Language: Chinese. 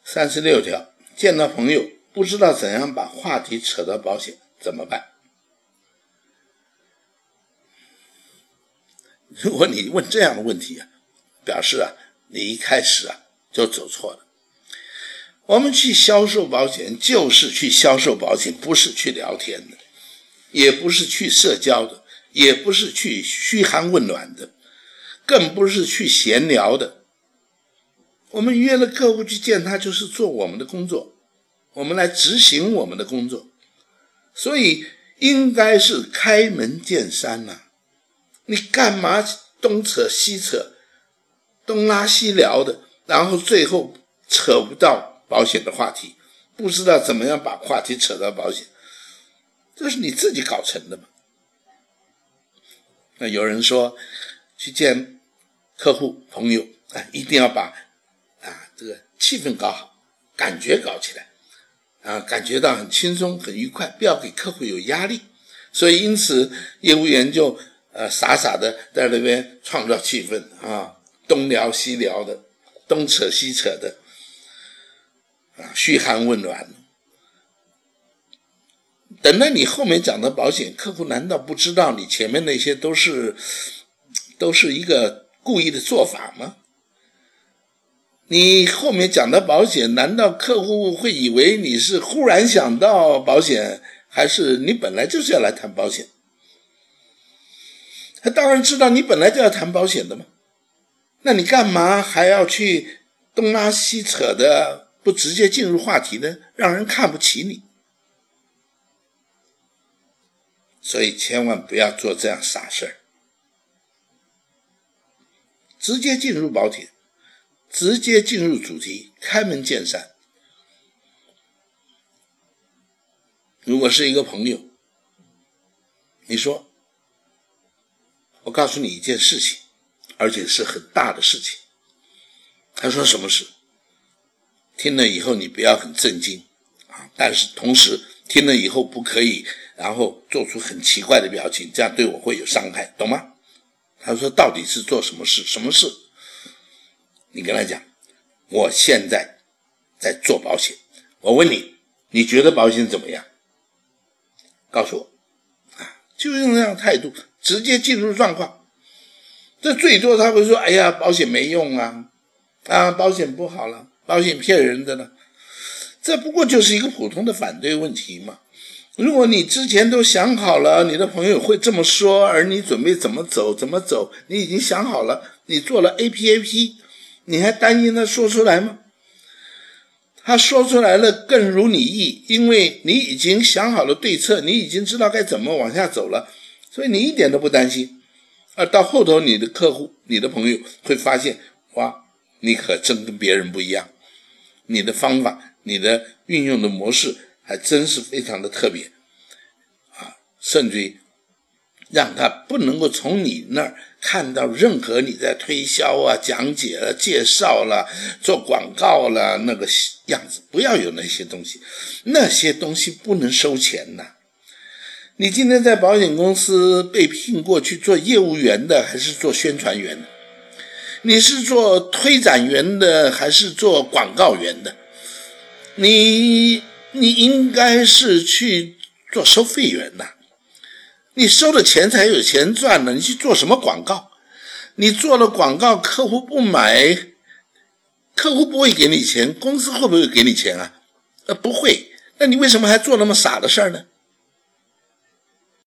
36条，见到朋友不知道怎样把话题扯到保险怎么办？如果你问这样的问题表示你一开始就走错了。我们去销售保险就是去销售保险，不是去聊天的，也不是去社交的，也不是去嘘寒问暖的，更不是去闲聊的。我们约了客户去见他，就是做我们的工作，我们来执行我们的工作，所以应该是开门见山你干嘛东扯西扯，东拉西聊的，然后最后扯不到保险的话题，不知道怎么样把话题扯到保险，这是你自己搞成的嘛？那有人说去见客户朋友一定要把这个气氛搞好，感觉搞起来感觉到很轻松很愉快，不要给客户有压力。所以因此业务员就傻傻的在那边创造气氛东聊西聊的，东扯西扯的嘘寒问暖。等到你后面讲的保险，客户难道不知道你前面那些都是一个故意的做法吗？你后面讲的保险，难道客户会以为你是忽然想到保险，还是你本来就是要来谈保险？他当然知道你本来就要谈保险的嘛，那你干嘛还要去东拉西扯的，不直接进入话题呢？让人看不起你。所以千万不要做这样傻事直接进入保险，直接进入主题，开门见山。如果是一个朋友，你说我告诉你一件事情，而且是很大的事情。他说什么事？听了以后你不要很震惊但是同时听了以后不可以然后做出很奇怪的表情，这样对我会有伤害，懂吗？他说到底是做什么事？什么事？你跟他讲，我现在在做保险，我问你，你觉得保险怎么样？告诉我就用这样的态度直接进入状况。这最多他会说，哎呀，保险没用保险不好了，保险骗人的了。这不过就是一个普通的反对问题嘛。如果你之前都想好了你的朋友会这么说，而你准备怎么走，你已经想好了，你做了 APAP， 你还担心他说出来吗？他说出来了更如你意，因为你已经想好了对策，你已经知道该怎么往下走了，所以你一点都不担心。而到后头你的客户你的朋友会发现，哇，你可真跟别人不一样，你的方法你的运用的模式还真是非常的特别甚至于让他不能够从你那儿看到任何你在推销讲解了介绍了做广告了那个样子，不要有那些东西，那些东西不能收钱的。你今天在保险公司被聘过去做业务员的还是做宣传员的？你是做推展员的还是做广告员的？你应该是去做收费员的，你收了钱才有钱赚呢。你去做什么广告？你做了广告客户不买，客户不会给你钱，公司会不会给你钱不会。那你为什么还做那么傻的事儿呢？